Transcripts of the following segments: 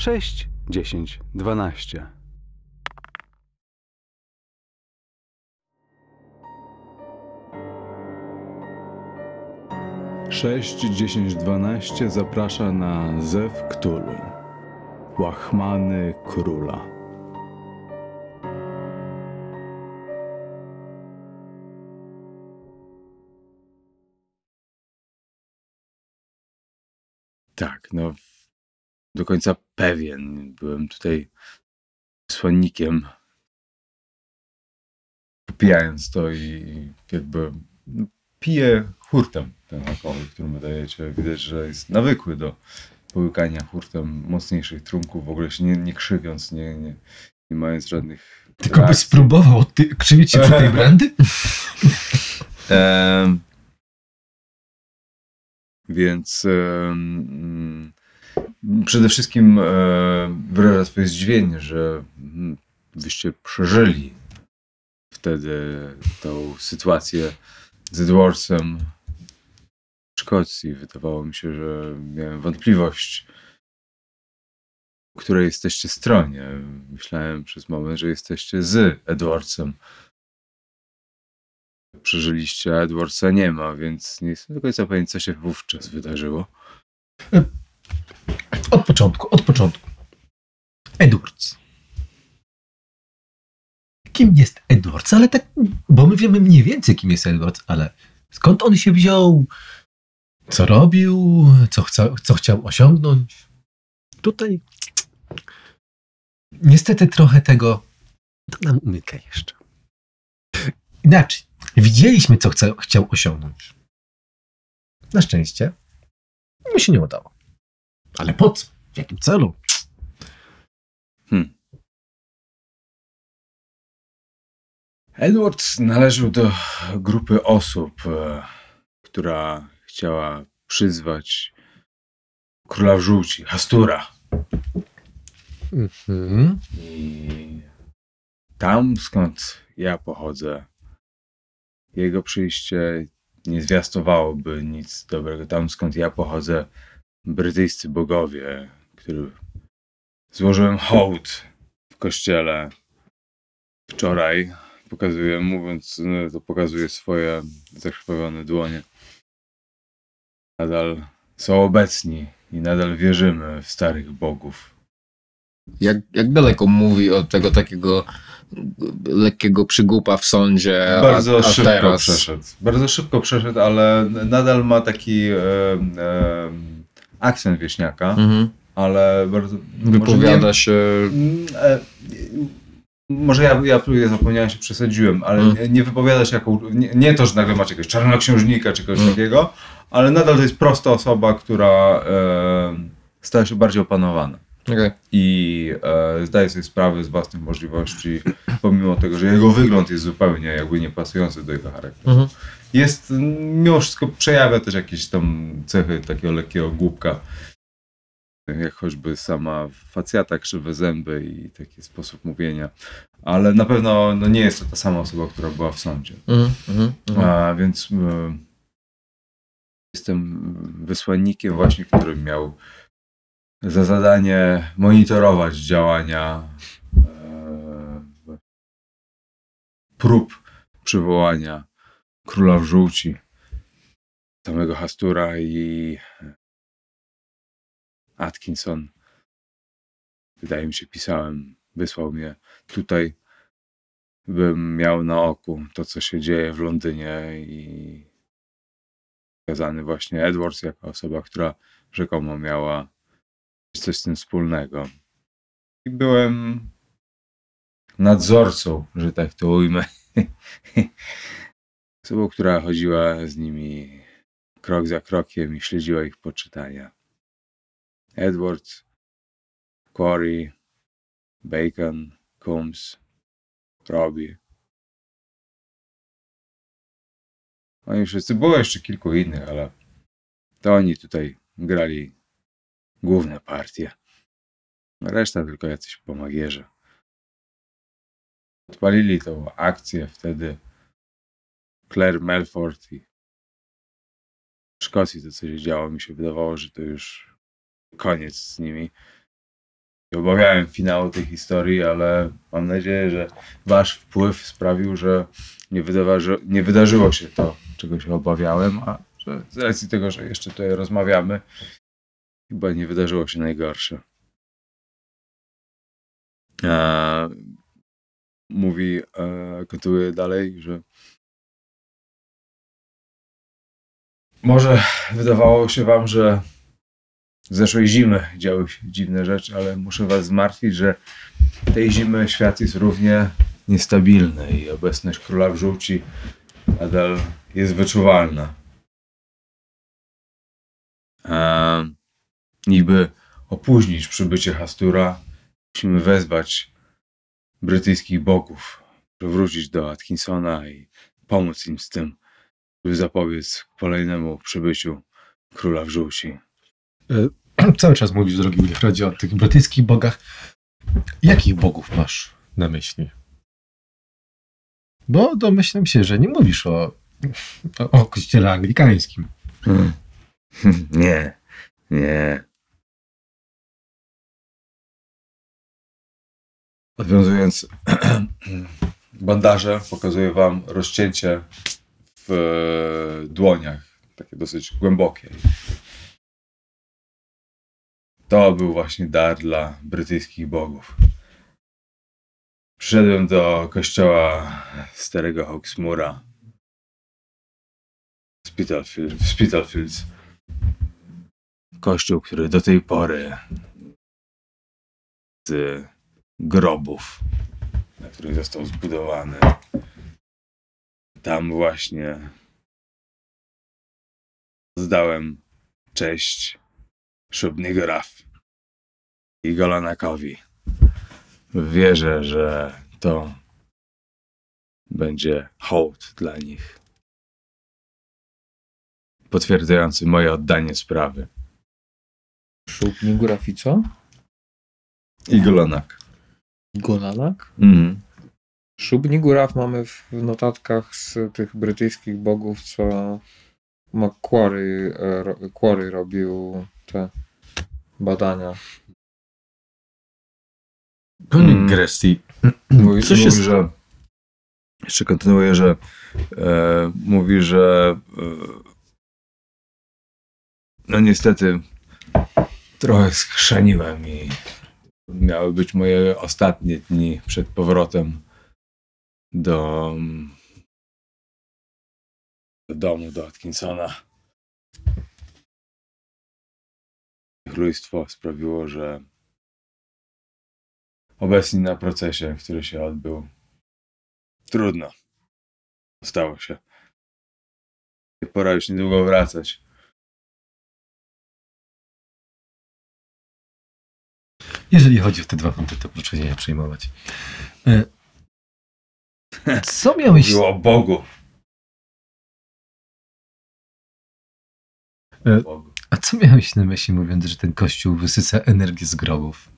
6, 10, 12. Sześć, 10, 12 zaprasza na Zew Cthulhu, łachmany króla. Tak, no do końca pewien. Byłem tutaj wysłannikiem, popijając to i jakby piję hurtem ten alkohol, który mi dajecie. Widać, że jest nawykły do połykania hurtem mocniejszych trunków, w ogóle się nie krzywiąc, nie mając żadnych Tylko byś reakcji. spróbował krzywić się przy tej brandy? Więc przede wszystkim wyraża swoje zdziwienie, że wyście przeżyli wtedy tą sytuację z Edwardsem w Szkocji. Wydawało mi się, że miałem wątpliwość, po której jesteście stronie. Myślałem przez moment, że jesteście z Edwardsem. Przeżyliście, a Edwardsa nie ma, więc nie jestem do końca pewien, co się wówczas wydarzyło. Od początku. Edwards. Kim jest Edwards? Ale tak, bo my wiemy mniej więcej, kim jest Edwards, ale skąd on się wziął? Co robił? Co chciał osiągnąć? Tutaj niestety trochę tego to nam umyka jeszcze. Inaczej. Widzieliśmy, co chciał osiągnąć. Na szczęście mu się nie udało. Ale po co? W jakim celu? Edward należał do grupy osób, która chciała przyzwać króla w żółci, Hastura. I tam, skąd ja pochodzę, jego przyjście nie zwiastowałoby nic dobrego. Tam, skąd ja pochodzę, brytyjscy bogowie, którym złożyłem hołd w kościele wczoraj, pokazuje swoje zakrwawione dłonie. Nadal są obecni i nadal wierzymy w starych bogów. Jak daleko mówi od tego takiego lekkiego przygłupa w sądzie, Bardzo a szybko teraz... przeszedł. Bardzo szybko przeszedł, ale nadal ma taki akcent wieśniaka, ale bardzo... Wypowiada się... Może ja zapomniałem, się przesadziłem, ale nie wypowiada się jako... Nie to, że nagle macie jakiegoś czarnoksiężnika czy kogoś takiego, ale nadal to jest prosta osoba, która stała się bardziej opanowana. Okay. I zdaje sobie sprawę z własnych możliwości, pomimo tego, że jego wygląd jest zupełnie jakby niepasujący do jego charakteru. Jest, mimo wszystko przejawia też jakieś tam cechy takiego lekkiego głupka, jak choćby sama facjata, krzywe zęby i taki sposób mówienia. Ale na pewno nie jest to ta sama osoba, która była w sądzie. Więc jestem wysłannikiem właśnie, który miał za zadanie monitorować działania prób przywołania króla w żółci, samego Hastura i Atkinson. Wydaje mi się, wysłał mnie tutaj, bym miał na oku to, co się dzieje w Londynie i wskazany właśnie Edwards jako osoba, która rzekomo miała coś z tym wspólnego. I byłem nadzorcą, że tak to ujmę. Osobą, która chodziła z nimi krok za krokiem i śledziła ich poczytania. Edward, Quarry, Bacon, Coombs, Robbie. Oni wszyscy, było jeszcze kilku innych, ale to oni tutaj grali główne partie. Reszta tylko jacyś pomagierze. Odpalili tą akcję wtedy Claire Melford i w Szkocji to, co się działo, mi się wydawało, że to już koniec z nimi. Obawiałem finału tej historii, ale mam nadzieję, że wasz wpływ sprawił, że nie wydarzyło się to, czego się obawiałem, a że z racji tego, że jeszcze tutaj rozmawiamy, chyba nie wydarzyło się najgorsze. Mówi, kontynuuje dalej, że może wydawało się wam, że zeszłej zimy działy się dziwne rzeczy, ale muszę was zmartwić, że tej zimy świat jest równie niestabilny i obecność Króla w Żółci nadal jest wyczuwalna. Niby opóźnić przybycie Hastura, musimy wezwać brytyjskich bogów, wrócić do Atkinsona i pomóc im z tym, żeby zapobiec kolejnemu przybyciu Króla w Żółci. Cały czas mówisz, drogi Wilfredzie, o tych brytyjskich bogach. Jakich bogów masz na myśli? Bo domyślam się, że nie mówisz o kościele anglikańskim. Nie, nie. Odwiązując bandaże, pokazuję wam rozcięcie w dłoniach, takie dosyć głębokie. To był właśnie dar dla brytyjskich bogów. Przyszedłem do kościoła starego Hawksmoora w Spitalfields. Kościół, który do tej pory z grobów, na których został zbudowany. Tam właśnie zdałem cześć Shub-Niggurath i Golanakowi. Wierzę, że to będzie hołd dla nich, potwierdzający moje oddanie sprawy. Shub-Niggurath i co? I Golanak. Golanak? Mhm. Shub-Niggurath mamy w notatkach z tych brytyjskich bogów, co Quarry robił te badania. Panie Gresty, Mówi, jest... że jeszcze kontynuuję, że mówi, że no niestety trochę schrzaniłem i miały być moje ostatnie dni przed powrotem do domu, do Atkinsona. Chlujstwo sprawiło, że obecni na procesie, który się odbył, trudno. Stało się. Pora już niedługo wracać. Jeżeli chodzi o te dwa punkty, to proszę się nie przejmować. Co miałeś... Mówiło o Bogu. A co miałeś na myśli, mówiąc, że ten kościół wysysa energię z grobów?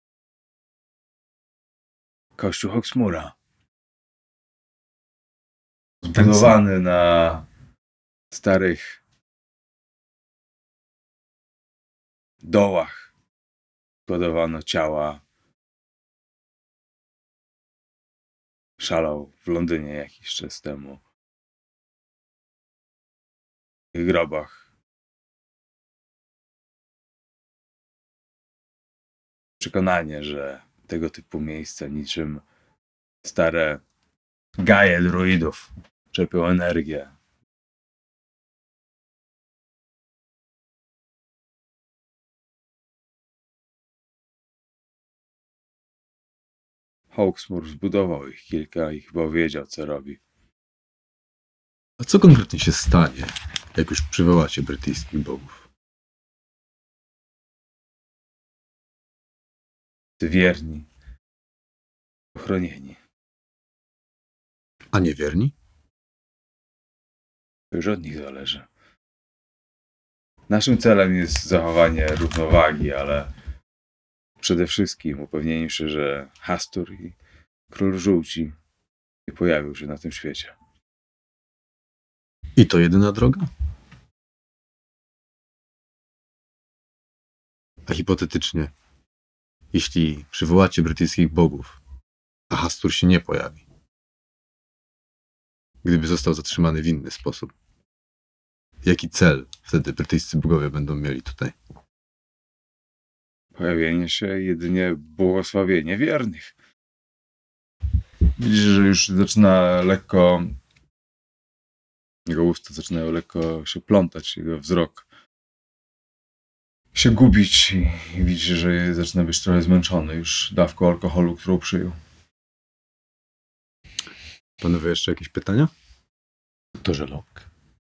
Kościół Hawksmoora. Zbudowany na starych dołach. Składowano ciała. Szalał w Londynie jakiś czas temu. W tych grobach. Przekonanie, że tego typu miejsca niczym stare gaje druidów czerpią energię. Hawksmoor zbudował ich kilka i chyba wiedział, co robi. A co konkretnie się stanie, jak już przywołacie brytyjskich bogów? Wierni, ochronieni. A niewierni? To już od nich zależy. Naszym celem jest zachowanie równowagi, ale przede wszystkim upewnienie się, że Hastur i Król Żółci nie pojawił się na tym świecie. I to jedyna droga? A hipotetycznie, Jeśli przywołacie brytyjskich bogów, a Hastur się nie pojawi, gdyby został zatrzymany w inny sposób, jaki cel wtedy brytyjscy bogowie będą mieli tutaj? Pojawienie się jedynie błogosławienie wiernych. Widzisz, że już zaczyna lekko... Jego usta zaczynają lekko się plątać, jego wzrok się gubić i widzisz, że zaczyna być trochę zmęczony już dawką alkoholu, którą przyjął. Panowie, jeszcze jakieś pytania? Doktorze Locke.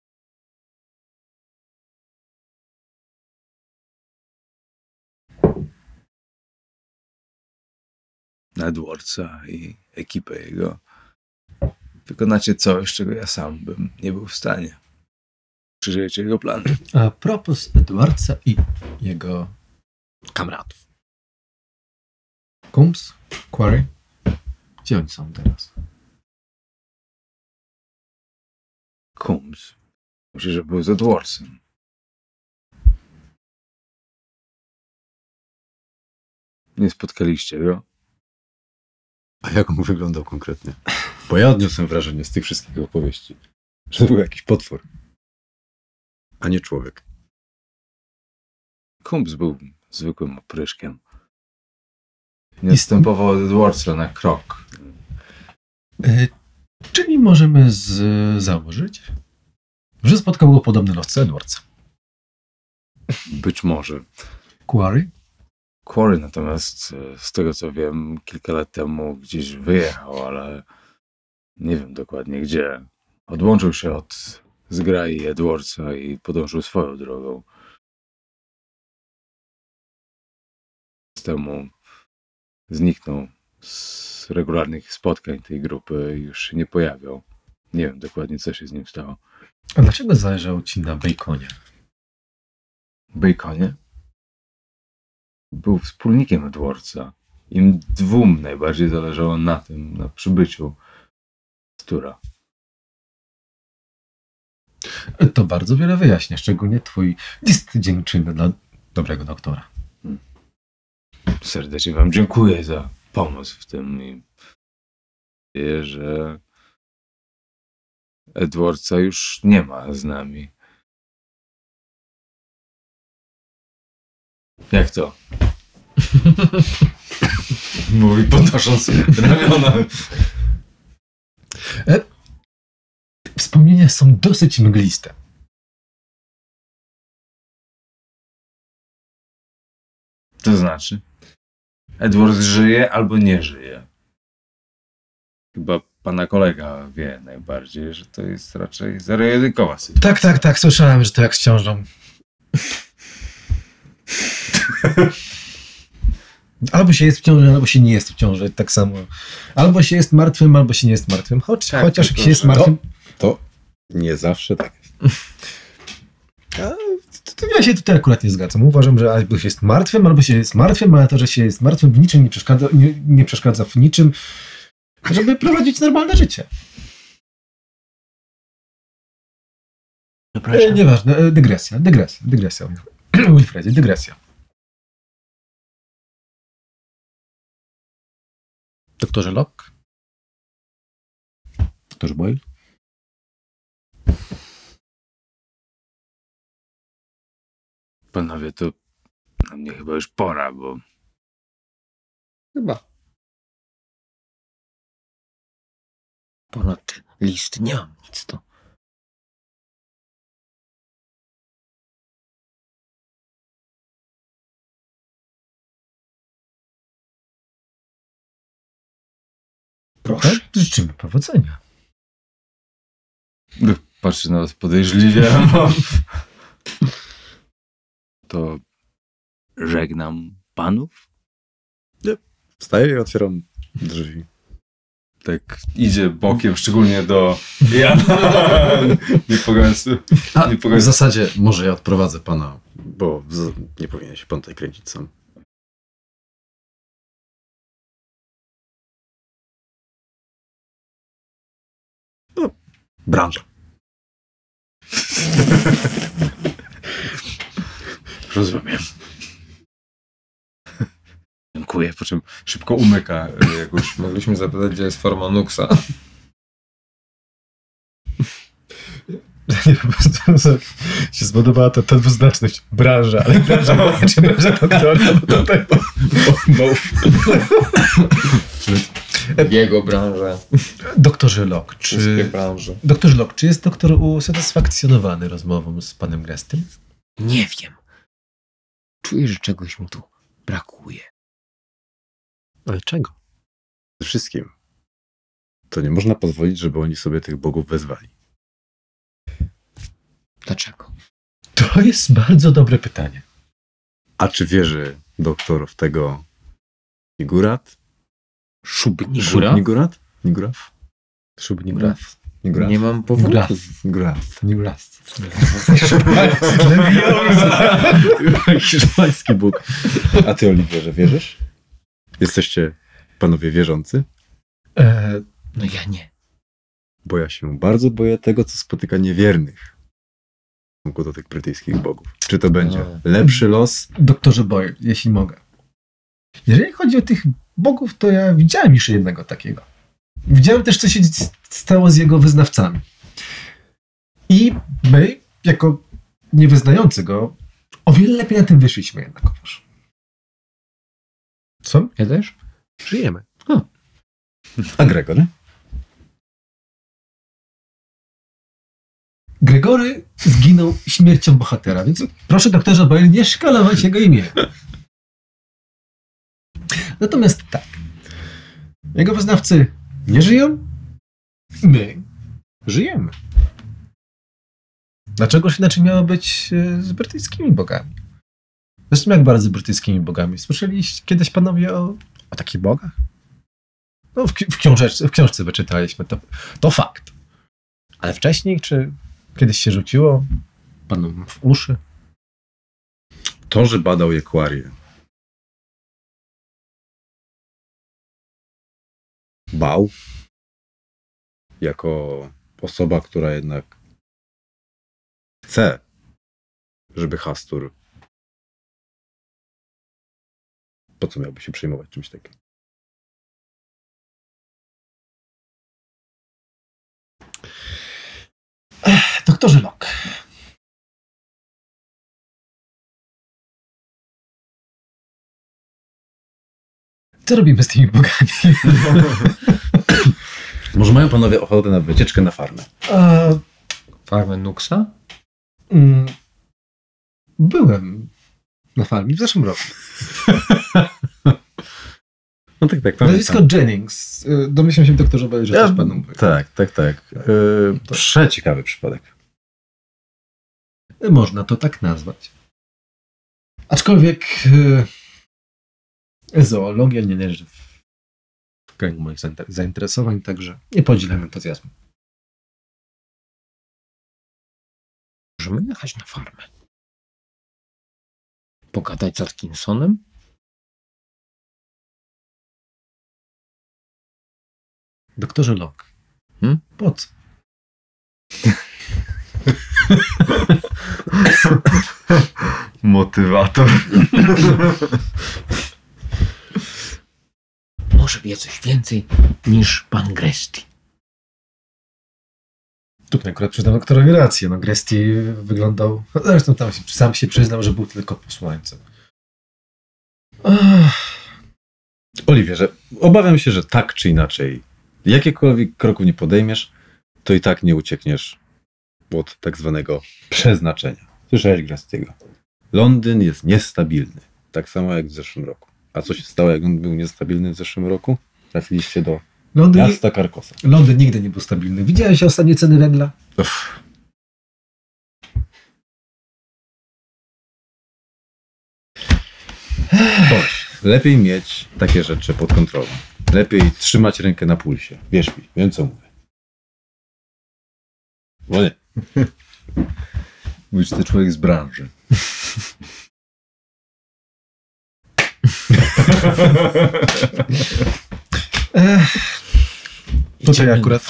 Edwardsa i ekipę jego. Wykonacie coś, czego ja sam bym nie był w stanie. Przeżyjecie jego plany. A propos Edwardsa i jego kamratów. Coombs, Quarry, gdzie oni są teraz? Coombs. Myślę, że był z Edwardsem. Nie spotkaliście go? A jak on wyglądał konkretnie? Bo ja odniosłem wrażenie z tych wszystkich opowieści, że to był jakiś potwór, a nie człowiek. Coombs był zwykłym opryszkiem. Nie odstępował od Edwardsa na krok. Czyli możemy założyć, że spotkał go podobny los co Edwardsa. Być może. Quarry? Quarry natomiast, z tego co wiem, kilka lat temu gdzieś wyjechał, ale nie wiem dokładnie gdzie. Odłączył się od zgrai Edwardsa i podążył swoją drogą. Temu zniknął z regularnych spotkań tej grupy i już się nie pojawiał. Nie wiem dokładnie, co się z nim stało. A dlaczego zależało ci na Baconie? Baconie? Był wspólnikiem Edwardsa. Im dwóm najbardziej zależało na tym, na przybyciu Stura. To bardzo wiele wyjaśnia, szczególnie twój list dziękczynny dla dobrego doktora. Serdecznie wam dziękuję za pomoc w tym i nadzieję, że Edwardsa już nie ma z nami. Jak to? Mówi podnosząc ramiona. Wspomnienia są dosyć mgliste. To znaczy? Edward żyje albo nie żyje. Chyba pana kolega wie najbardziej, że to jest raczej zero-jedynkowa sytuacja. Tak, słyszałem, że to jak z ciążą. Albo się jest w ciąży, albo się nie jest w ciąży, tak samo. Albo się jest martwym, albo się nie jest martwym. Chociaż jak się jest martwym... To nie zawsze tak jest. To ja się tutaj akurat nie zgadzam. Uważam, że albo się jest martwym, ale to, że się jest martwym w niczym nie przeszkadza w niczym, żeby prowadzić normalne życie. Nieważne, dygresja. Wilfredzie, dygresja. Doktorze Locke? Doktorze Boyle? Panowie, to na mnie chyba już pora, bo Chyba. Ponad list nie mam nic to. Proszę. Życzymy powodzenia. patrzy na was podejrzliwie. To żegnam panów. Wstaję i otwieram drzwi. Tak idzie bokiem, szczególnie do Jana. W zasadzie może ja odprowadzę pana, bo nie powinien się pan tutaj kręcić sam. No, branża. Rozumiem. dziękuję, po czym szybko umyka jakoś. Mogliśmy zapytać, gdzie jest forma Nuxa. Nie, po prostu się spodobała ta dwuznaczność. Branża, ale branża czy branża doktora, no to tak. Jego branża. Doktorze Locke, Wszystkie branże. Doktorze Locke, czy jest doktor usatysfakcjonowany rozmową z panem Grestym? Nie wiem. Czuję, że czegoś mu tu brakuje. Ale czego? Ze wszystkim. To nie można pozwolić, żeby oni sobie tych bogów wezwali. Dlaczego? To jest bardzo dobre pytanie. A czy wierzy doktor w tego Nigurat? Szubnigura? Nigurat? Niguraf? Szubnigraf. Niguraf? Nie mam powodu. Niguraf. Niguraf. Hiszpański Bóg. A ty, Oliwierze, wierzysz? Jesteście panowie wierzący? No ja nie. Bo ja się bardzo boję tego, co spotyka niewiernych w stosunku do tych brytyjskich bogów. Czy to będzie lepszy los? Doktorze Boyle, jeśli mogę. Jeżeli chodzi o tych bogów, to ja widziałem już jednego takiego. Widziałem też, co się stało z jego wyznawcami. I my, jako niewyznający go, o wiele lepiej na tym wyszliśmy jednakowoż. Co? Ja też? Żyjemy. A Gregory? Gregory zginął śmiercią bohatera, więc proszę doktorze Boyle nie szkalować jego imię. Natomiast tak, jego wyznawcy nie żyją, my żyjemy. Dlaczegoż inaczej miało być z brytyjskimi bogami? Zresztą jak bardzo z brytyjskimi bogami? Słyszeliście kiedyś panowie o takich bogach? No, w książce wyczytaliśmy, to fakt. Ale wcześniej, czy kiedyś się rzuciło panom w uszy? To, że badał Jekwarię. Bał. Jako osoba, która jednak chce, żeby Hastur. Po co miałby się przejmować czymś takim? Doktorze Locke. Co robimy z tymi bogami? Może mają panowie ochotę na wycieczkę na farmę? Farmę Nuxa? Byłem na farmie w zeszłym roku. No tak, Nazwisko Jennings. Domyślam się, doktorze Boyle, że też panu mówi. Tak. Przeciekawy przypadek. Można to tak nazwać. Aczkolwiek zoologia nie leży w kręgu moich zainteresowań, także nie podzielam entuzjazmu. Możemy jechać na farmę. Pogadać z Atkinsonem? Doktorze Locke. Po co? Motywator. Może wie coś więcej niż pan Gresti. Tutaj akurat przyznam doktorowi rację. No Gresti wyglądał... Zresztą tam sam się przyznał, że był tylko posłańcem. Oliwierze, obawiam się, że tak czy inaczej, jakiekolwiek kroku nie podejmiesz, to i tak nie uciekniesz od tak zwanego przeznaczenia. Słyszałeś Grestiego? Londyn jest niestabilny, tak samo jak w zeszłym roku. A co się stało, jak on był niestabilny w zeszłym roku? Trafiliście do miasta Carcosa. Londyn nigdy nie był stabilny. Widziałeś ostatnie ceny węgla? Lepiej mieć takie rzeczy pod kontrolą. Lepiej trzymać rękę na pulsie. Wierz mi, wiem co mówię. No nie. Mówisz, to człowiek z branży. Tutaj akurat...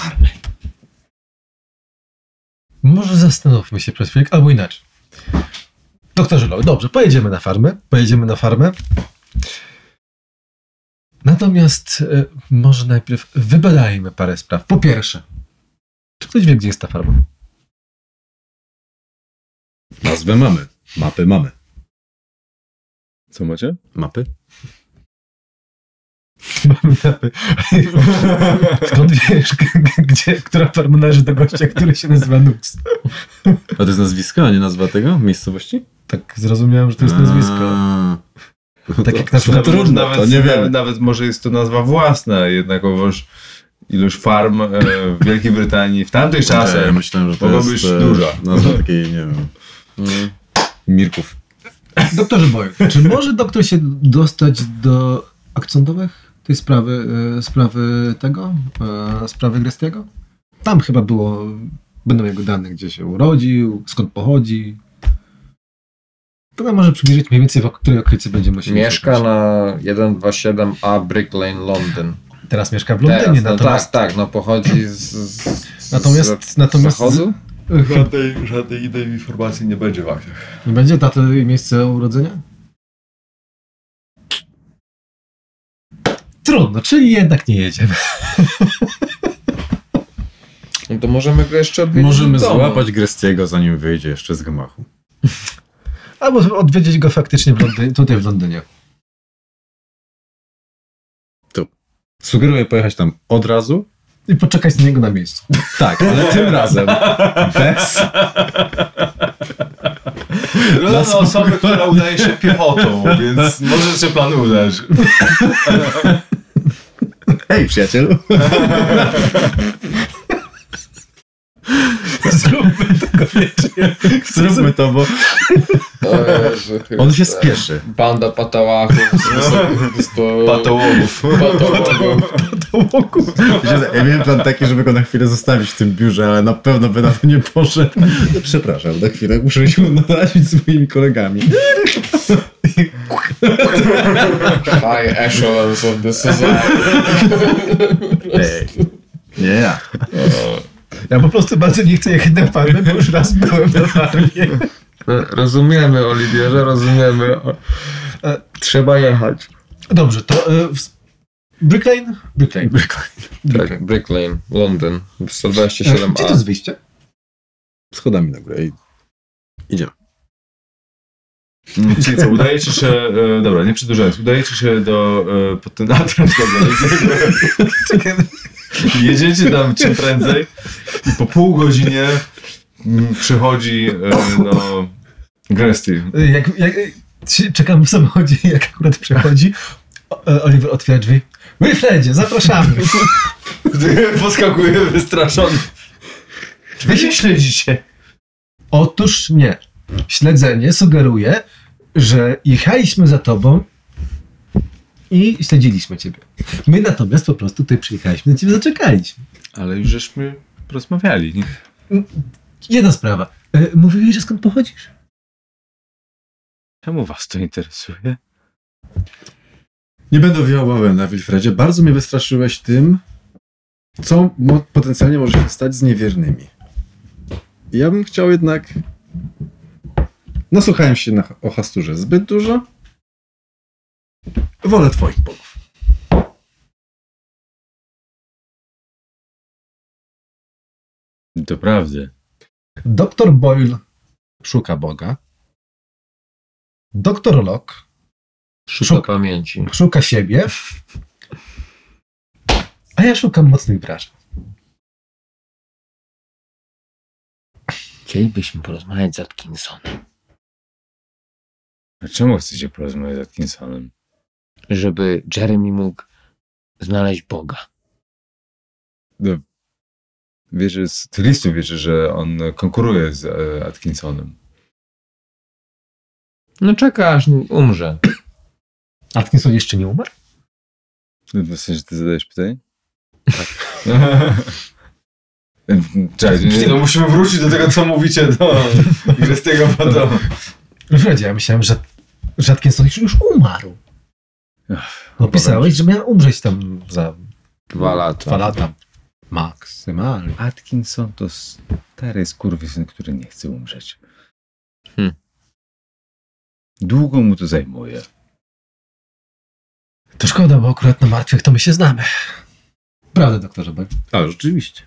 Może zastanówmy się przez chwilę, albo inaczej. Doktorze Locke, dobrze, pojedziemy na farmę. Natomiast może najpierw wybadajmy parę spraw. Po pierwsze, czy ktoś wie, gdzie jest ta farma? Nazwę mamy. Mapy mamy. Co macie? Mapy? Mamy mapy. Skąd wiesz, która farma należy do gościa, który się nazywa Nux? A to jest nazwisko, a nie nazwa tego? Miejscowości? Tak zrozumiałem, że to jest nazwisko. Tak jak na przykład trudno, to nie wiem. Nawet może jest to nazwa własna, jednakowoż ilość farm w Wielkiej Brytanii w tamtych czasach Ja myślałem, że to mogła jest być duża. nazwa takiej, nie wiem, Mirków. Doktorze Boyle, czy może doktor się dostać do akt sądowych tej sprawy tego, sprawy Grestiego? Tam chyba będą jego dane, gdzie się urodził, skąd pochodzi. To nam może przybliżyć mniej więcej, w której okolicy będziemy musieli Mieszka szukać. na 127A Brick Lane, Londyn. Teraz mieszka w Londynie, Teraz, natomiast... tak, pochodzi z Natomiast zachodu? Żadnej innej informacji nie będzie w aktach. nie będzie daty i miejsce urodzenia? Trudno, czyli jednak nie jedziemy. No to możemy go jeszcze odwiedzić Możemy w domu. złapać Grestiego, zanim wyjdzie jeszcze z gmachu. Albo odwiedzić go faktycznie tutaj w Londynie. Sugeruję pojechać tam od razu. I poczekać na niego na miejscu. Tak, ale tym razem bez... No, osoby, która udaje się piechotą, więc może się pan udać. Hej, przyjacielu. Zróbmy tego wiecznie. Zróbmy to, bo on się spieszy. Banda patałachów. Patołogów. Ja miałem plan taki, żeby go na chwilę zostawić w tym biurze, ale na pewno by na to nie poszedł. Przepraszam, na chwilę muszę się narazić z moimi kolegami. High echelons of the society. Nie ja. Ja po prostu bardzo nie chcę jechać na farmę, bo już raz byłem na farmie. Rozumiemy, Oliwierze, rozumiemy. Trzeba jechać. Dobrze, to Brick Lane? Brick Lane. Tak, Brick Lane, Londyn, Gdzie to jest 127A. wyjście? Schodami na górę i idziemy. Czyli co, udaje ci się, dobra, nie przedłużając, udaje ci się pod ten adres, Czekaj. jedziecie tam czym prędzej i po pół godzinie przychodzi Gresty. Czekam w samochodzie, jak akurat przechodzi. Oliver otwiera drzwi. Wilfredzie, zapraszamy. Poskakuje wystraszony. Czy wy się śledzicie? Otóż nie. Śledzenie sugeruje, że jechaliśmy za tobą i śledziliśmy ciebie. My natomiast po prostu tutaj przyjechaliśmy, na ciebie zaczekaliśmy. Ale już żeśmy porozmawiali. Jedna sprawa. Mówiłeś, że skąd pochodzisz? Czemu was to interesuje? Nie będę wijał bawem na Wilfredzie. Bardzo mnie wystraszyłeś tym, co potencjalnie może się stać z niewiernymi. Ja bym chciał jednak... Nasłuchałem się o Hasturze zbyt dużo. Wolę twoich bogów. Doprawdy. Doktor Boyle szuka Boga. Doktor Locke Szuka pamięci. szuka siebie. A ja szukam mocnych wrażeń. Chcielibyśmy porozmawiać z Atkinsonem. A czemu chcecie porozmawiać z Atkinsonem? Żeby Jeremy mógł znaleźć Boga. No, wiecie, z tych listów wiecie, że on konkuruje z Atkinsonem. No czeka aż umrze. Atkinson jeszcze nie umarł? W sensie, ty zadajesz pytanie? Tak. Cześć, no musimy wrócić do tego, co mówicie z tego potem. Wilfredzie, ja myślałem, że Atkinson już umarł. No pisałeś, że miał umrzeć tam za 2 lata. 2 lata. Maksymalnie. Atkinson to stary skurwysyn, który nie chce umrzeć. Długo mu to zajmuje. To szkoda, bo akurat na martwych to my się znamy. Prawda, doktorze Boyle? Ale rzeczywiście.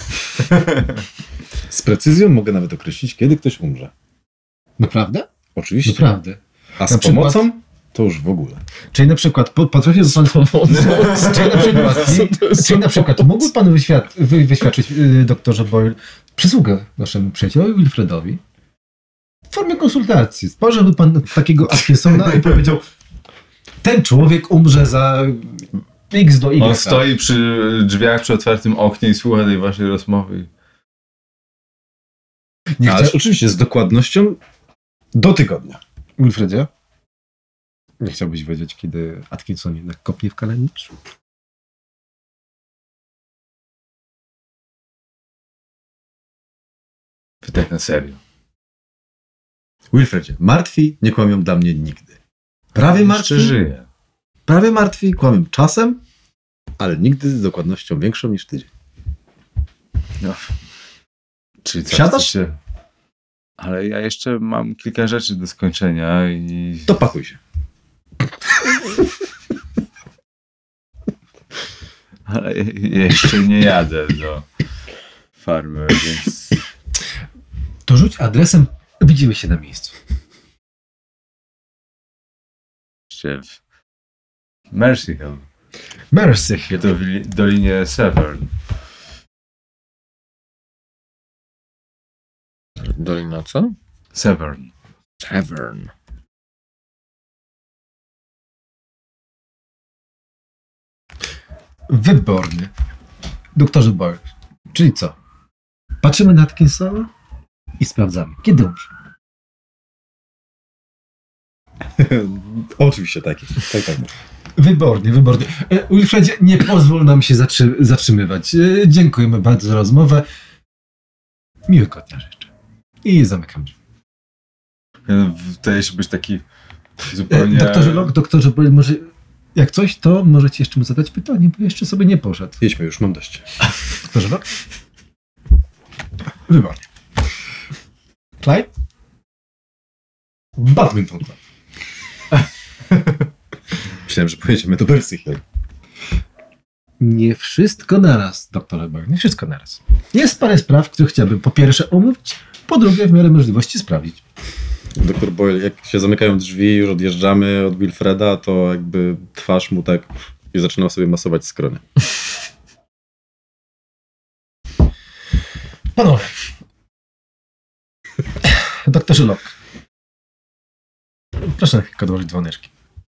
Z precyzją mogę nawet określić, kiedy ktoś umrze. Naprawdę? Oczywiście. Naprawdę. A z Na przykład- pomocą to już w ogóle. Czyli na przykład potrafię pan... Czyli na przykład mógłby pan wyświadczyć, doktorze Boyle, przysługę naszemu przyjacielowi Wilfredowi w formie konsultacji. Spojrzałby pan takiego Atkinsona i powiedział, ten człowiek umrze za X do Y. On stoi przy drzwiach, przy otwartym oknie i słucha tej waszej rozmowy. Nie Ale chcesz, oczywiście z dokładnością do tygodnia. Wilfredzie? Nie chciałbyś wiedzieć, kiedy Atkinson jednak kopnie w kalendarz? Wy tak na serio. Wilfredzie, martwi nie kłamią dla mnie nigdy. Prawie Jeszcze martwi, żyje. prawie martwi kłamią czasem, ale nigdy z dokładnością większą niż tydzień. Czyli co, Wsiadasz? chcecie- Ale ja jeszcze mam kilka rzeczy do skończenia i... To pakuj się. Ale jeszcze nie jadę do farmy, więc... To rzuć adresem, widzimy się na miejscu. Jeszcze w Mercy Hill. Mercy. To w Dolinie Severn. Dolina co? Severn. Tavern. Wyborny. Doktorze Boyle. Czyli co? Patrzymy na Atkinsona i sprawdzamy, kiedy umrze. Oczywiście tak jest. Tak. Wybornie, wybornie. Wilfredzie, nie pozwól nam się zatrzymywać. Dziękujemy bardzo za rozmowę. Miłego dnia życzę. I zamykam drzwi. Wydaje się być taki zupełnie... Doktorze Locke, doktorze Boyle, może jak coś, to możecie jeszcze mu zadać pytanie, bo jeszcze sobie nie poszedł. Jedźmy już, mam dość. Doktorze Locke? Wybornie. Clyde? Badminton Club. Myślałem, że pojedziemy do Mercy Hill. Nie wszystko naraz, doktorze Boyle, nie wszystko naraz. Jest parę spraw, które chciałbym po pierwsze omówić, po drugie w miarę możliwości sprawdzić. Doktor Boyle, jak się zamykają drzwi, już odjeżdżamy od Wilfreda, to jakby twarz mu tak i zaczynał sobie masować skronie. Panowie. Doktorze Locke. Proszę na chwilkę odłożyć dzwoneczki.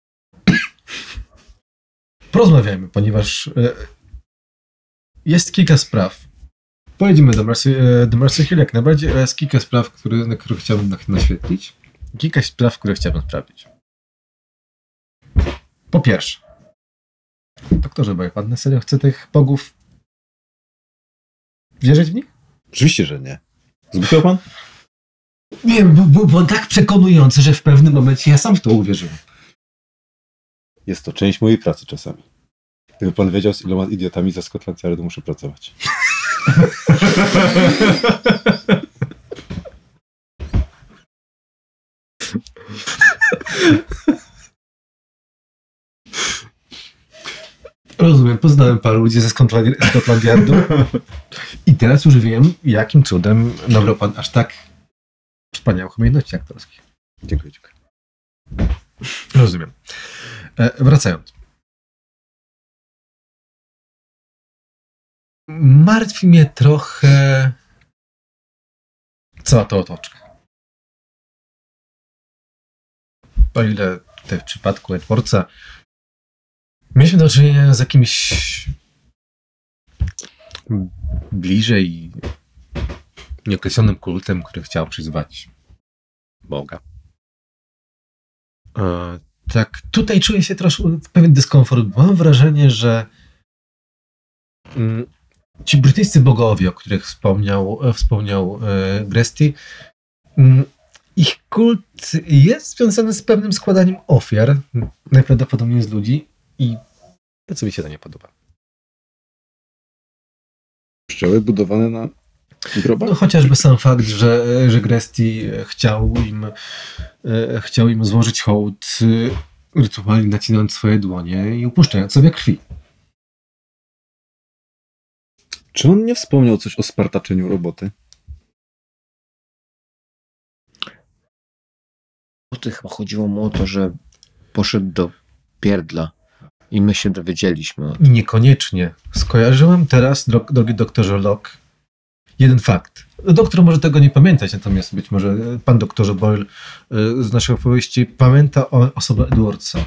Porozmawiajmy, ponieważ jest kilka spraw. Pojedziemy do Mercy Hill jak najbardziej, ale jest kilka spraw, na które chciałbym naświetlić. Kilka spraw, które chciałbym sprawdzić. Po pierwsze, doktorze Boyle, pan na serio chce tych bogów wierzyć w nich? Oczywiście, że nie. Zgłupiał pan? Wiem, był on tak przekonujący, że w pewnym momencie ja sam w to uwierzyłem. Jest to część mojej pracy czasami. Gdyby pan wiedział, z iloma idiotami za Scotland Yardu muszę pracować. Rozumiem, poznałem paru ludzi ze Scotland Yardu i teraz już wiem, jakim cudem nabrał pan aż tak wspaniałych umiejętności aktorskich. Dziękuję. Rozumiem. Wracając. Martwi mnie trochę cała ta otoczka. O ile tutaj w przypadku Edwardsa mieliśmy do czynienia z jakimś bliżej nieokreślonym kultem, który chciał przyzwać Boga. Tak, tutaj czuję się troszkę pewien dyskomfort. Mam wrażenie, że ci brytyjscy bogowie, o których wspomniał Gresty, ich kult jest związany z pewnym składaniem ofiar, najprawdopodobniej z ludzi, i co mi się to nie podoba. Kościoły budowane na grobach? No, chociażby sam fakt, że Gresty chciał im złożyć hołd rytualnie nacinając swoje dłonie i upuszczając sobie krwi. Czy on nie wspomniał coś o spartaczeniu roboty? To chyba chodziło mu o to, że poszedł do pierdla i my się dowiedzieliśmy o tym. Niekoniecznie. Skojarzyłem teraz, drogi doktorze Locke, jeden fakt. Doktor może tego nie pamiętać, natomiast być może pan doktorze Boyle z naszej opowieści pamięta o osobie Edwardsa,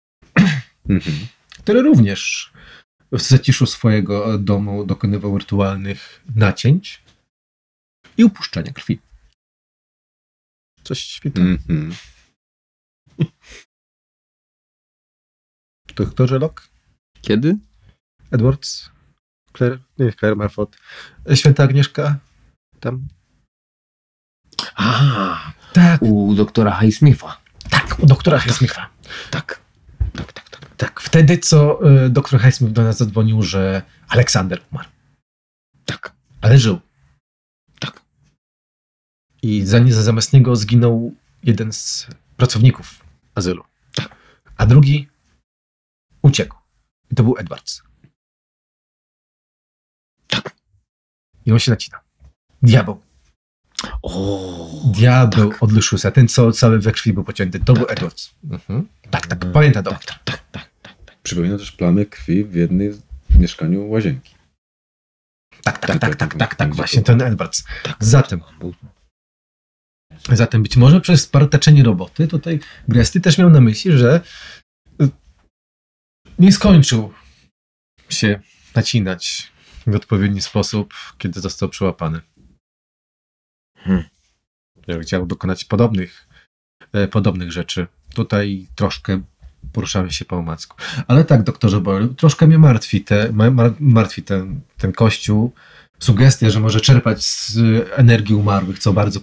który również w zaciszu swojego domu dokonywał rytualnych nacięć i upuszczania krwi. Coś świta. Doktorze Locke? Kiedy? Edwards? Claire Marfot. Święta Agnieszka? Tam? Tak. U doktora Highsmitha. Tak, u doktora Highsmitha. Tak. Tak, wtedy co doktor Highsmith do nas zadzwonił, że Aleksander umarł. Tak. Ale żył. Tak. I zamiast niego zginął jeden z pracowników azylu. Tak. A drugi uciekł. I to był Edwards. Tak. I on się nacina. Diabeł. Diabeł od Luciusa. Ten, co cały we krwi był pocięty. To był Edwards. Tak, pamięta doktor. Tak. Przypomina też plamy krwi w jednej mieszkaniu łazienki. Tak, właśnie ten Edwards. Tak. Zatem być może przez spartaczenie roboty tutaj Gresty też miał na myśli, że nie skończył się nacinać w odpowiedni sposób, kiedy został przyłapany. Chciał dokonać podobnych rzeczy. Tutaj troszkę poruszamy się po omacku. Ale tak, doktorze Boyle, troszkę mnie martwi ten kościół. Sugestia, że może czerpać z energii umarłych, co bardzo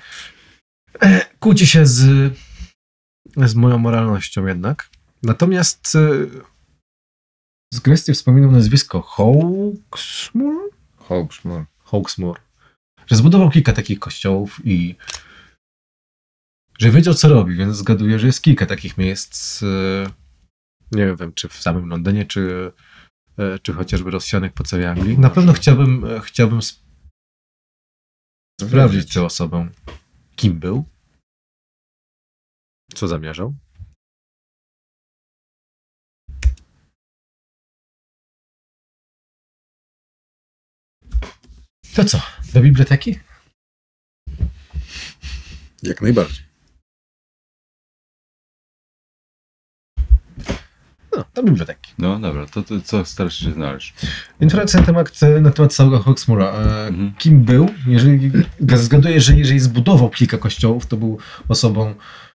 kłóci się z moją moralnością jednak. Natomiast z Gresty wspominał nazwisko Hawksmoor. Że zbudował kilka takich kościołów i że wiedział, co robi, więc zgaduję, że jest kilka takich miejsc, nie wiem, czy w samym Londynie, czy chociażby rozsianych po całej Anglii. Na pewno chciałbym sprawdzić tę osobę, kim był, co zamierzał. To co, do biblioteki? Jak najbardziej. No, do biblioteki. No dobra, to co starasz się znaleźć? Informacja na temat całego Hawksmoora. Kim był? Zgaduję, że jeżeli zbudował kilka kościołów, to był osobą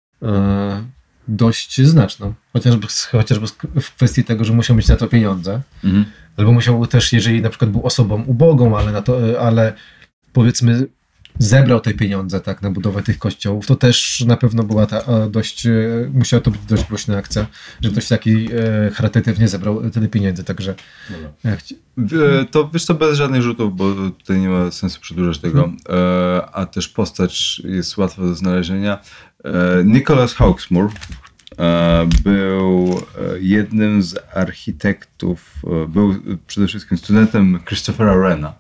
dość znaczną. Chociażby w kwestii tego, że musiał mieć na to pieniądze. Albo musiał też, jeżeli na przykład był osobą ubogą, ale powiedzmy zebrał te pieniądze tak, na budowę tych kościołów, to też na pewno była musiała to być dość głośna akcja, że ktoś taki charytatywnie zebrał tyle pieniędzy, także... To wiesz co, bez żadnych rzutów, bo tutaj nie ma sensu przedłużać tego, a też postać jest łatwa do znalezienia. Nicholas Hawksmoor był jednym z architektów, był przede wszystkim studentem Christophera Wrena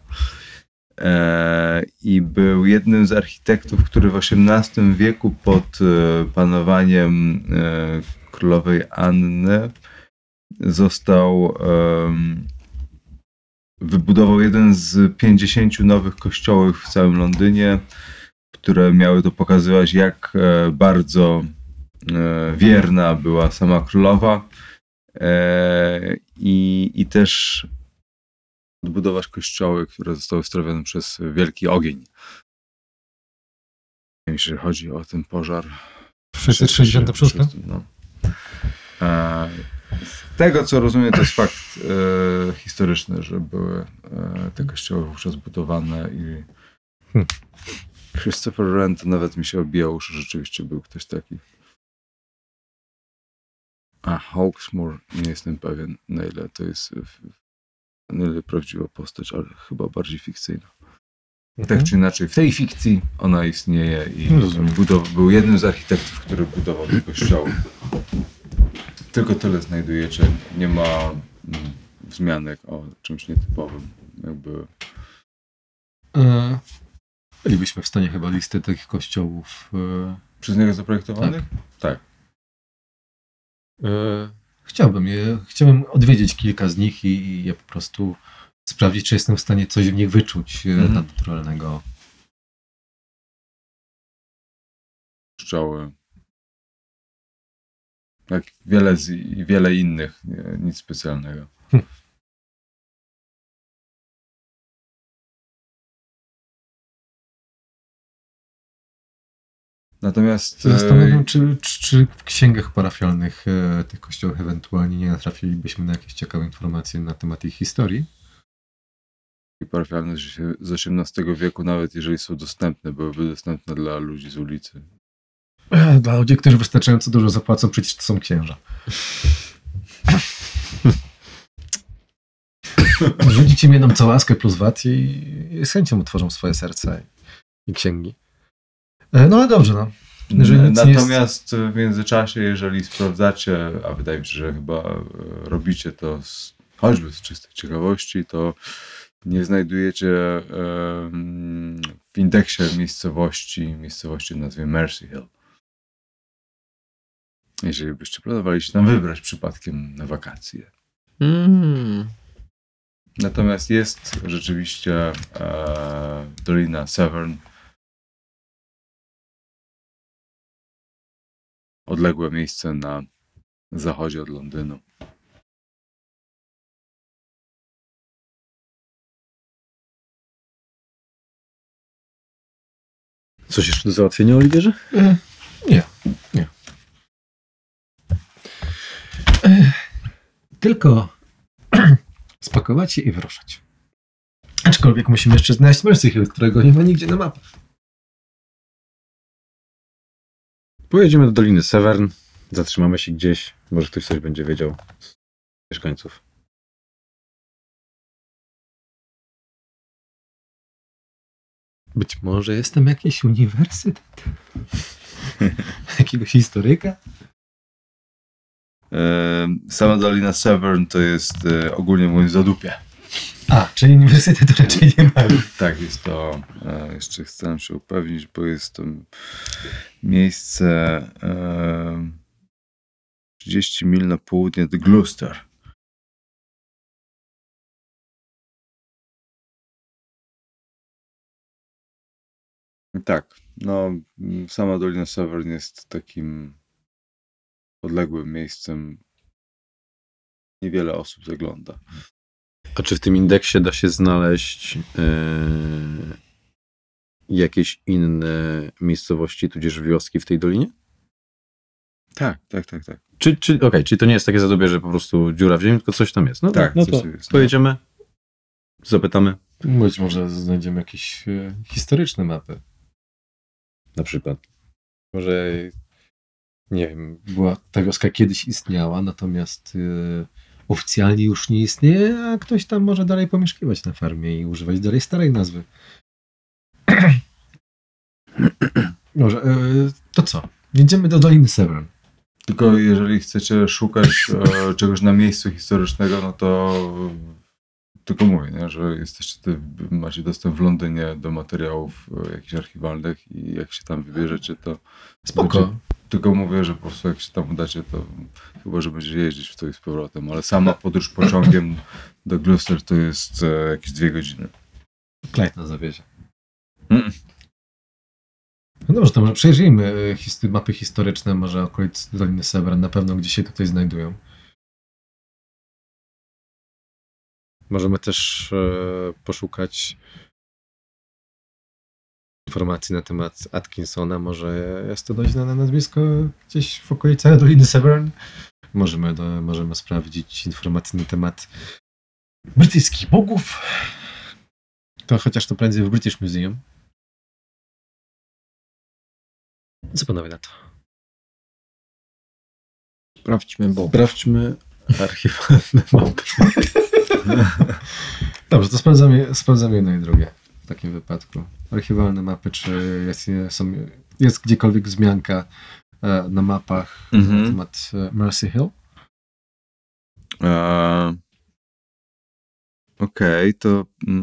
i był jednym z architektów, który w XVIII wieku pod panowaniem królowej Anny wybudował jeden z 50 nowych kościołów w całym Londynie, które miały to pokazywać, jak bardzo wierna była sama królowa i też odbudować kościoły, które zostały strawione przez wielki ogień. Jeśli chodzi o ten pożar. 666? No. Z tego, co rozumiem, to jest fakt historyczny, że były te kościoły wówczas budowane i Christopher Wren to nawet mi się obijał, że rzeczywiście był ktoś taki. A Hawksmoor, nie jestem pewien, na ile to jest prawdziwa postać, ale chyba bardziej fikcyjna. Tak czy inaczej, w tej fikcji ona istnieje i był jednym z architektów, który budował te kościoły. tylko tyle znajdujecie. Nie ma wzmianek o czymś nietypowym. Jakby... Bylibyśmy w stanie chyba listy tych kościołów. Przez niego zaprojektowanych? Tak. Chciałbym odwiedzić kilka z nich i je po prostu sprawdzić, czy jestem w stanie coś w nich wyczuć nadnaturalnego. Pszczoły. Jak wiele innych. Nic specjalnego. Natomiast... Zastanawiam, czy w księgach parafialnych tych kościołów ewentualnie nie natrafilibyśmy na jakieś ciekawe informacje na temat ich historii. Parafialne z XVIII wieku, nawet jeżeli są dostępne, byłyby dostępne dla ludzi z ulicy. Dla ludzi, którzy wystarczająco dużo zapłacą, przecież to są księża. Rzucicie mi jedną całaskę plus VAT i z chęcią otworzą swoje serca i księgi. No ale dobrze, no. Natomiast w międzyczasie, jeżeli sprawdzacie, a wydaje mi się, że chyba robicie to choćby z czystej ciekawości, to nie znajdujecie w indeksie miejscowości o nazwie Mercy Hill. Jeżeli byście planowali się tam wybrać przypadkiem na wakacje. Natomiast jest rzeczywiście Dolina Severn. Odległe miejsce na zachodzie od Londynu. Coś jeszcze do załatwienia, Oliwierze? Nie. Tylko spakować się i wyruszać. Aczkolwiek musimy jeszcze znaleźć Mercy Hill, którego nie ma nigdzie na mapach. Pojedziemy do Doliny Severn, zatrzymamy się gdzieś, może ktoś coś będzie wiedział z mieszkańców. Być może jestem jakiś uniwersytet? Jakiegoś historyka? Sama Dolina Severn to jest ogólnie mówiąc zadupie. Czyli uniwersytetu raczej nie ma. Tak, jest to, jeszcze chcę się upewnić, bo jest to miejsce 30 mil na południe od Gloucester. Tak, no sama Dolina Severn jest takim odległym miejscem. Niewiele osób zagląda. A czy w tym indeksie da się znaleźć jakieś inne miejscowości, tudzież wioski w tej dolinie? Tak. Czyli to nie jest takie zadobie, że po prostu dziura w ziemi, tylko coś tam jest. No tak, no coś to jest, pojedziemy, zapytamy. Być może znajdziemy jakieś historyczne mapy. Na przykład. Może, nie wiem, Ta wioska kiedyś istniała, natomiast oficjalnie już nie istnieje, a ktoś tam może dalej pomieszkiwać na farmie i używać dalej starej nazwy. Może, to co? Jedziemy do Doliny Severn. Tylko jeżeli chcecie szukać czegoś na miejscu historycznego, no to tylko mówię, nie, że macie dostęp w Londynie do materiałów jakichś archiwalnych i jak się tam wybierzecie, to Spoko. tylko mówię, że po prostu jak się tam udacie, to chyba, że będziecie jeździć w to i z powrotem, ale sama podróż pociągiem do Gloucester to jest jakieś 2 godziny. Clyde nas zawiezie. No dobrze, to może przejrzyjmy mapy historyczne, może okolic Doliny Severn, na pewno gdzieś się tutaj znajdują. Możemy też poszukać informacji na temat Atkinsona, może jest to dość znane nazwisko gdzieś w okolicach Doliny Severn. Możemy sprawdzić informacje na temat brytyjskich bogów. To chociaż to prędzej w British Museum. Co panowie na to? Sprawdźmy archiwalne mapy. Dobrze, to sprawdzamy jedno i drugie w takim wypadku. Archiwalne mapy, czy jest gdziekolwiek wzmianka na mapach na temat Mercy Hill? Okej, to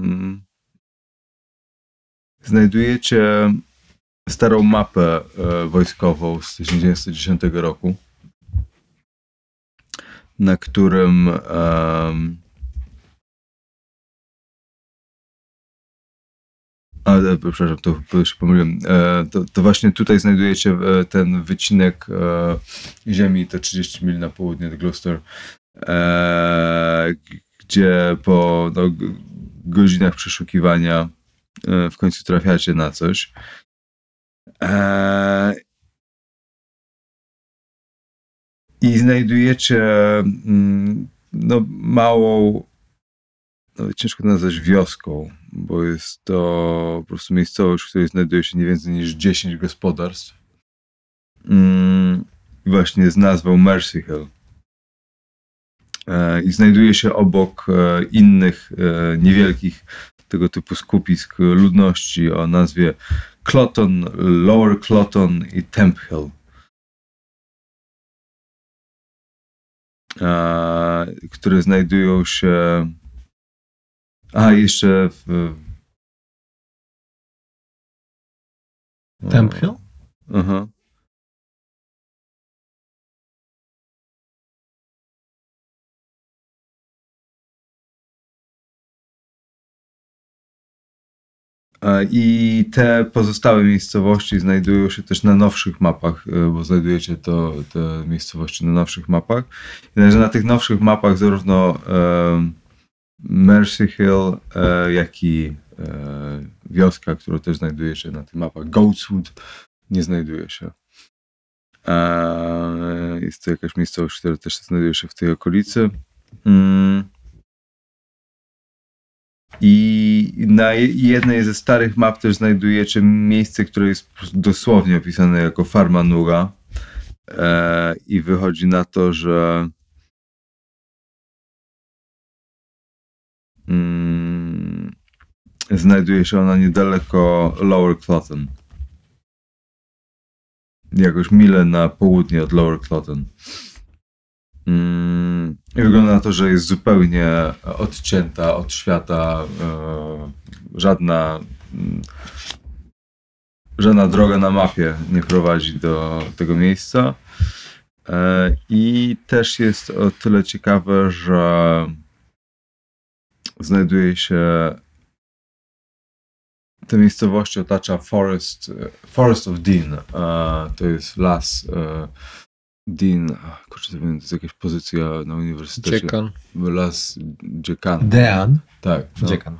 znajdujecie starą mapę wojskową z 1910 roku, na którym przepraszam, to się pomyliłem. To właśnie tutaj znajdujecie ten wycinek ziemi, te 30 mil na południe od Gloucester, gdzie po godzinach przeszukiwania w końcu trafiacie na coś. I znajdujecie małą, ciężko to nazwać wioską, bo jest to po prostu miejscowość, w której znajduje się nie więcej niż 10 gospodarstw. Właśnie z nazwą Mercy Hill. I znajduje się obok innych niewielkich tego typu skupisk ludności o nazwie Cloton, Lower Cloton i Temp Hill. Które znajdują się jeszcze w Temp Hill? Aha. I te pozostałe miejscowości znajdują się też na nowszych mapach, bo znajdujecie te miejscowości na nowszych mapach. Jednakże na tych nowszych mapach zarówno Mercy Hill, jak i wioska, która też znajduje się na tych mapach, Goatswood, nie znajduje się. Jest to jakaś miejscowość, która też znajduje się w tej okolicy. I na jednej ze starych map też znajdujecie miejsce, które jest dosłownie opisane jako farma Nuga. I wychodzi na to, że znajduje się ona niedaleko Lower Cloton. Jakoś mile na południe od Lower Cloton. I wygląda na to, że jest zupełnie odcięta od świata. Żadna droga na mapie nie prowadzi do tego miejsca. I też jest o tyle ciekawe, że znajduje się te miejscowości otacza Forest of Dean. To jest las Dean. Kurczę, to jest jakaś pozycja na uniwersytecie. Dziekan. Las Dziekan. Dean. Tak. No. Dziekan.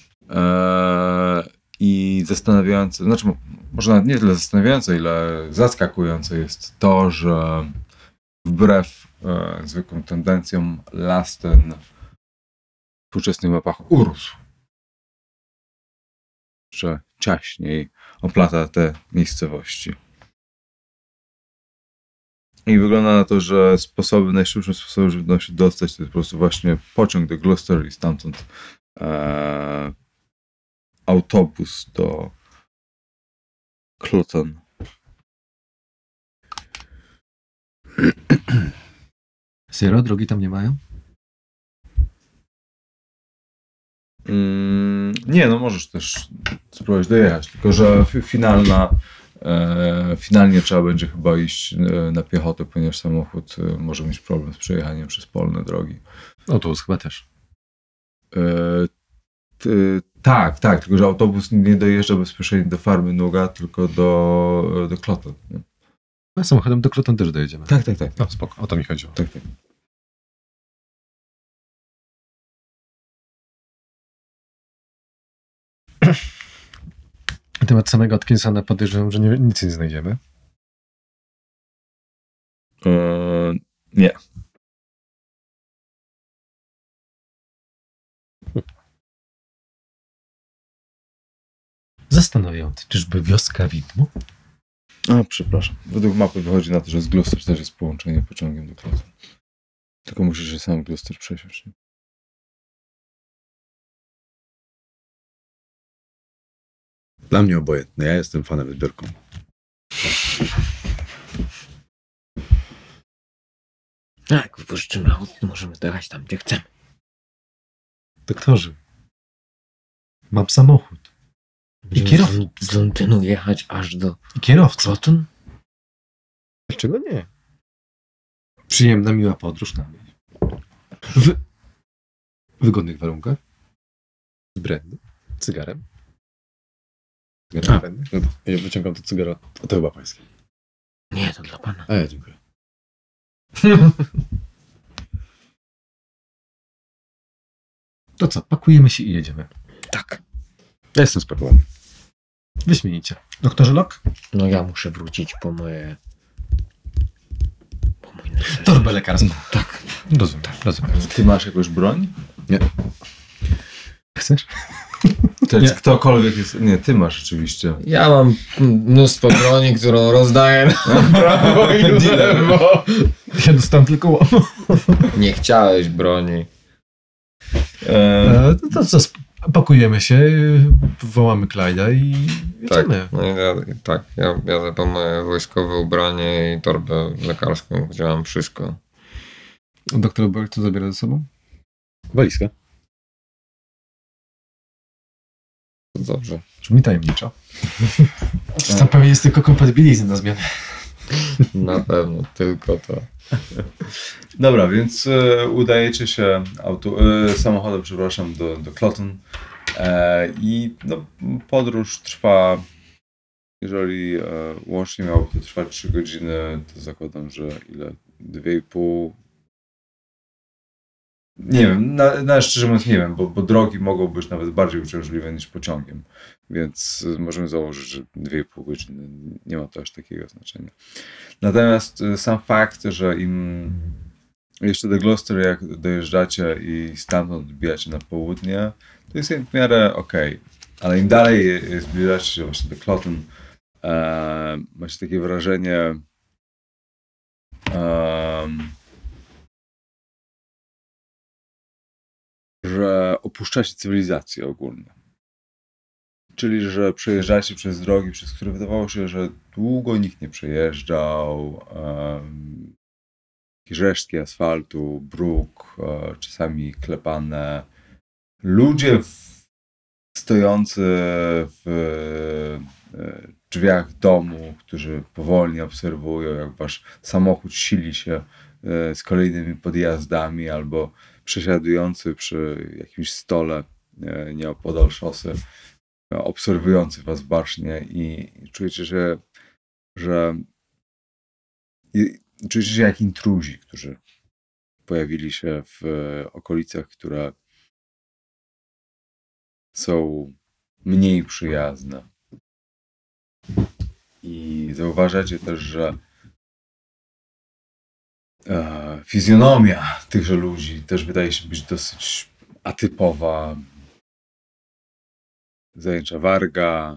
I zastanawiające, znaczy może nawet nie tyle zastanawiające, ile zaskakujące jest to, że wbrew zwykłym tendencjom las ten w współczesnych mapach urósł. Że ciaśniej oplata te miejscowości. I wygląda na to, że najszybszym sposobem, żeby się dostać, to jest po prostu właśnie pociąg do Gloucester i stamtąd autobus do Cloton. Zero, drogi tam nie mają? Nie, no możesz też spróbować dojechać, tylko że finalnie trzeba będzie chyba iść na piechotę, ponieważ samochód może mieć problem z przejechaniem przez polne drogi. Autobus chyba też. Tak, tylko że autobus nie dojeżdża bezpośrednio do farmy Nuga, tylko do Cloton. No, samochodem do Cloton też dojedziemy. Tak. No spoko, o to mi chodziło. Tak. Na temat samego Atkinsona podejrzewam, że nic nie znajdziemy. Nie. Zastanawiające, czyżby wioska widmo? Przepraszam. Według mapy wychodzi na to, że z Gloucester też jest połączenie pociągiem do Cloton. Tylko musisz się sam Gloucester przesiąść. Nie? Dla mnie obojętne. Ja jestem fanem zbiorką. Jak wypożyczymy auto, to możemy dojechać tam, gdzie chcemy. Doktorze, mam samochód. Będziemy kierowca. z Londynu jechać aż do I kierowca. Cloton? Dlaczego nie? Przyjemna, miła podróż na mnie. W wygodnych warunkach. Z brandy. Cygarem. A, no to ja wyciągam to cygaro. To chyba pańskie. Nie, to dla pana. A ja dziękuję. To co, pakujemy się i jedziemy. Tak. Ja jestem spakowany. Wyśmienicie. Doktorze Locke? No ja muszę wrócić po mój necesar. Torbę lekarską. Tak. Rozumiem. Ty masz jakąś broń? Chcesz? Czy Nie. ktokolwiek jest... Nie, ty masz oczywiście. Ja mam mnóstwo broni, którą rozdaję na prawo i lewo. Ja dostałem tylko łom. Nie chciałeś broni. To co, pakujemy się, wołamy Clyde'a i jedziemy. No ja jadę po moje wojskowe ubranie i torbę lekarską, gdzie mam wszystko. Doktor Boyle co zabiera ze sobą? Walizkę. Dobrze. Brzmi tajemniczo. Tam pewnie jest tylko kompatybilizm na zmianę. Na pewno, tylko to. Dobra, więc udajecie się samochodem, przepraszam, do Cloton i no, podróż trwa, jeżeli łącznie miałoby to trwać 3 godziny, to zakładam, że ile? 2,5. Nie wiem, szczerze mówiąc nie wiem, bo drogi mogą być nawet bardziej uciążliwe niż pociągiem, więc możemy założyć, że 2,5 godziny nie ma to aż takiego znaczenia. Natomiast sam fakt, że im jeszcze do Gloucester jak dojeżdżacie i stamtąd odbijacie na południe, to jest w miarę okej. Ale im dalej zbliżacie się właśnie do Cloton, macie takie wrażenie, że opuszczacie cywilizację ogólnie. Czyli, że przejeżdżacie przez drogi, przez które wydawało się, że długo nikt nie przejeżdżał. Jakieś resztki asfaltu, bruk, czasami klepane. Ludzie stojący w drzwiach domu, którzy powolnie obserwują, jak wasz samochód sili się z kolejnymi podjazdami, albo przesiadujący przy jakimś stole nieopodal szosy, obserwujący was bacznie i czujecie, że czujecie się jak intruzi, którzy pojawili się w okolicach, które są mniej przyjazne. I zauważacie też, że fizjonomia tychże ludzi też wydaje się być dosyć atypowa. Zajęcza warga,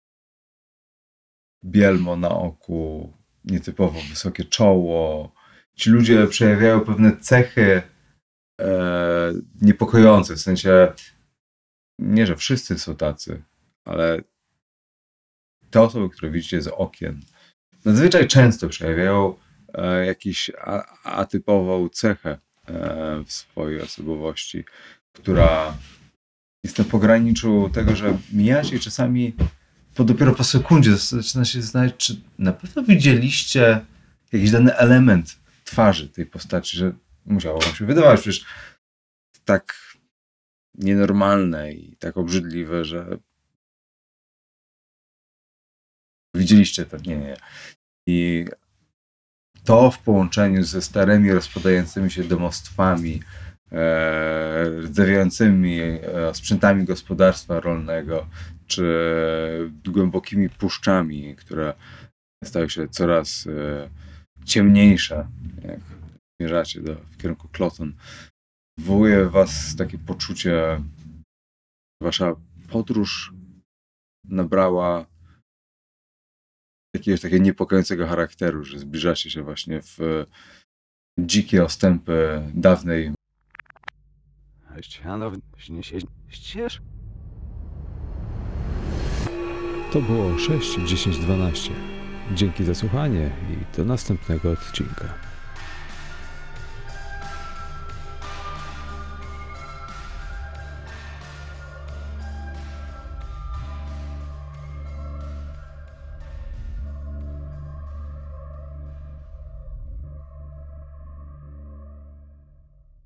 bielmo na oku, nietypowo wysokie czoło. Ci ludzie przejawiają pewne cechy niepokojące, w sensie nie, że wszyscy są tacy, ale te osoby, które widzicie z okien, nadzwyczaj często przejawiają jakąś atypową cechę w swojej osobowości, która jest na pograniczu tego, że mijacie i czasami dopiero po sekundzie zaczyna się zastanawiać, czy na pewno widzieliście jakiś dany element twarzy tej postaci, że musiało wam się wydawać przecież tak nienormalne i tak obrzydliwe, że widzieliście to. Nie. I to w połączeniu ze starymi, rozpadającymi się domostwami, rdzewiającymi sprzętami gospodarstwa rolnego, czy głębokimi puszczami, które stają się coraz ciemniejsze, jak zmierzacie w kierunku Cloton, wywołuje w was takie poczucie, że wasza podróż nabrała jakiegoś takiego niepokojącego charakteru, że zbliżacie się właśnie w dzikie ostępy dawnej. To było 6, 10, 12. Dzięki za słuchanie i do następnego odcinka.